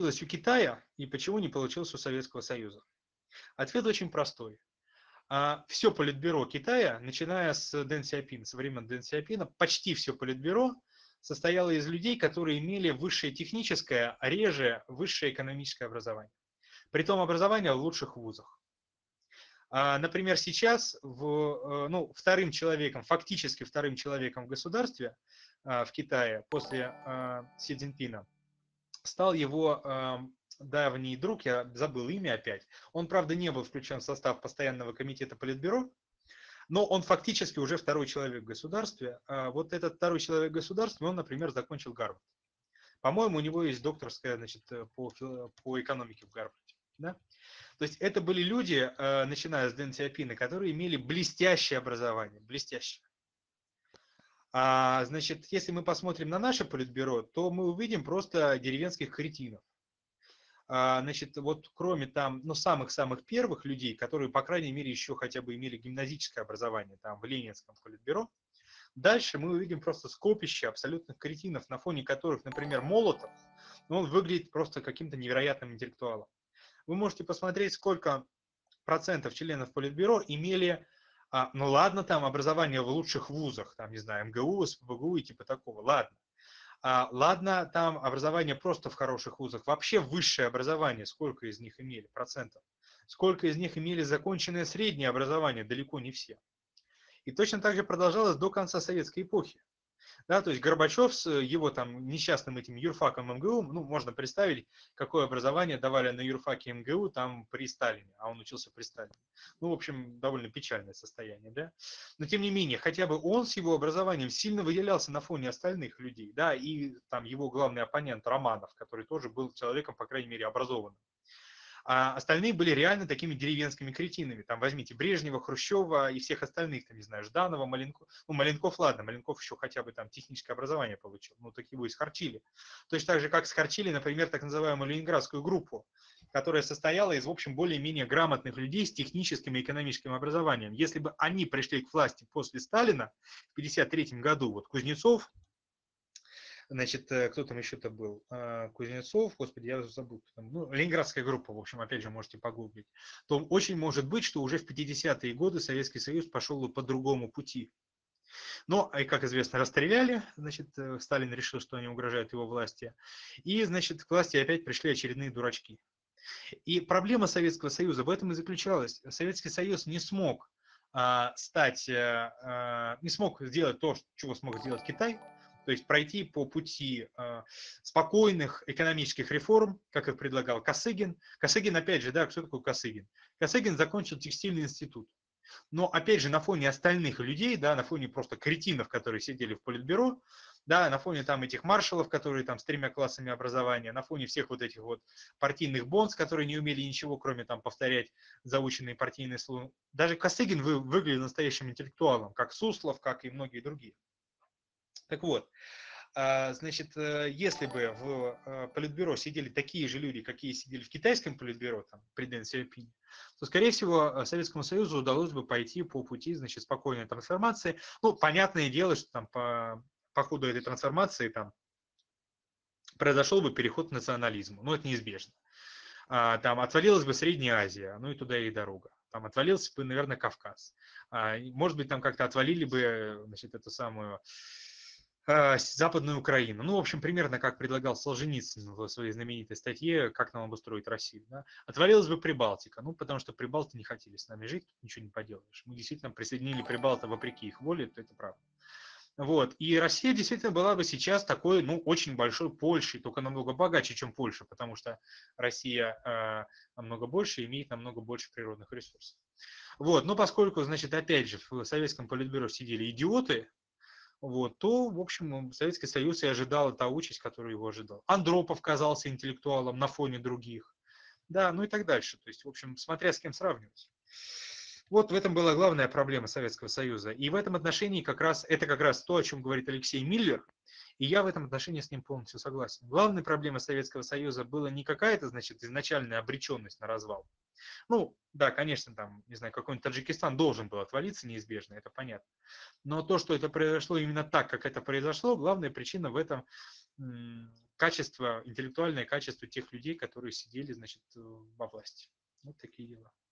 получилось у Китая и почему не получилось у Советского Союза? Ответ очень простой. Все политбюро Китая, начиная с Дэн Сяопина, со времен Дэн Сяопина, почти все политбюро состояло из людей, которые имели высшее техническое, а реже высшее экономическое образование. Притом образование в лучших вузах. Например, сейчас ну, вторым человеком, фактически вторым человеком в государстве в Китае после Си Цзиньпина стал его давний друг, я забыл имя опять. Он, правда, не был включен в состав постоянного комитета Политбюро, но он фактически уже второй человек в государстве. Вот этот второй человек в государстве, он, например, закончил Гарвард. По-моему, у него есть докторская, значит, по экономике в Гарварде. Да? То есть это были люди, начиная с Дэн Сяопина, которые имели блестящее образование, блестящее. Значит, если мы посмотрим на наше политбюро, то мы увидим просто деревенских кретинов. Значит, вот кроме там, ну, самых-самых первых людей, которые, по крайней мере, еще хотя бы имели гимназическое образование там в Ленинском политбюро, дальше мы увидим просто скопище абсолютных кретинов, на фоне которых, например, Молотов, ну, он выглядит просто каким-то невероятным интеллектуалом. Вы можете посмотреть, сколько процентов членов политбюро имели, ну ладно, там образование в лучших вузах, там, не знаю, МГУ, СПбГУ и типа такого, ладно. Ладно, там образование просто в хороших вузах, вообще высшее образование, сколько из них имели процентов, сколько из них имели законченное среднее образование, далеко не все. И точно так же продолжалось до конца советской эпохи. Да, то есть Горбачев с его там несчастным этим юрфаком МГУ, ну, можно представить, какое образование давали на юрфаке МГУ там при Сталине, а он учился при Сталине. Ну, в общем, довольно печальное состояние, да. Но, тем не менее, хотя бы он с его образованием сильно выделялся на фоне остальных людей, да, и там его главный оппонент Романов, который тоже был человеком, по крайней мере, образованным. А остальные были реально такими деревенскими кретинами. Там возьмите Брежнева, Хрущева и всех остальных, там, не знаю, Жданова, Маленков. Ну, Маленков, ладно, Маленков еще хотя бы там техническое образование получил, ну, так его и схарчили. Точно так же, как схарчили, например, так называемую ленинградскую группу, которая состояла из, в общем, более-менее грамотных людей с техническим и экономическим образованием. Если бы они пришли к власти после Сталина в 1953 году, вот Кузнецов, значит, кто там еще-то был? Кузнецов, господи, я забыл. Ну, ленинградская группа, в общем, опять же, можете погуглить. То очень может быть, что уже в 50-е годы Советский Союз пошел по другому пути. Но, как известно, расстреляли, значит, Сталин решил, что они угрожают его власти. И, значит, к власти опять пришли очередные дурачки. И проблема Советского Союза в этом и заключалась. Советский Союз не смог не смог сделать то, чего смог сделать Китай, то есть пройти по пути спокойных экономических реформ, как их предлагал Косыгин. Косыгин, опять же, да, кто такой Косыгин? Косыгин закончил текстильный институт. Но, опять же, на фоне остальных людей, да, на фоне просто кретинов, которые сидели в политбюро, да, на фоне там этих маршалов, которые там с 3 классами образования, на фоне всех вот этих вот партийных бонз, которые не умели ничего, кроме там повторять заученные партийные слова. Даже Косыгин выглядел настоящим интеллектуалом, как Суслов, как и многие другие. Так вот, значит, если бы в политбюро сидели такие же люди, какие сидели в китайском политбюро, там, при Дэн Сяопине, то, скорее всего, Советскому Союзу удалось бы пойти по пути, значит, спокойной трансформации. Ну, понятное дело, что там по ходу этой трансформации там произошел бы переход к национализму. Ну, это неизбежно. Там отвалилась бы Средняя Азия, ну и туда и дорога. Там отвалился бы, наверное, Кавказ. Может быть, там как-то отвалили бы, значит, эту самую Западную Украину. Ну, в общем, примерно как предлагал Солженицын в своей знаменитой статье «Как нам обустроить Россию». Да? Отвалилась бы Прибалтика, ну, потому что прибалты не хотели с нами жить, ничего не поделаешь. Мы действительно присоединили Прибалтов вопреки их воле, то это правда. Вот. И Россия действительно была бы сейчас такой, ну, очень большой Польшей, только намного богаче, чем Польша, потому что Россия намного больше, имеет намного больше природных ресурсов. Вот. Но поскольку, значит, опять же, в советском политбюро сидели идиоты, вот, то, в общем, Советский Союз и ожидал та участь, которую его ожидал. Андропов казался интеллектуалом на фоне других. Да, ну и так дальше. То есть, в общем, смотря с кем сравнивать. Вот в этом была главная проблема Советского Союза. И в этом отношении это как раз то, о чем говорит Алексей Миллер, и я в этом отношении с ним полностью согласен. Главной проблемой Советского Союза была не какая-то, значит, изначальная обреченность на развал. Ну, да, конечно, там, не знаю, какой-нибудь Таджикистан должен был отвалиться неизбежно, это понятно. Но то, что это произошло именно так, как это произошло, главная причина в этом, качество, интеллектуальное качество тех людей, которые сидели, значит, во власти. Вот такие дела.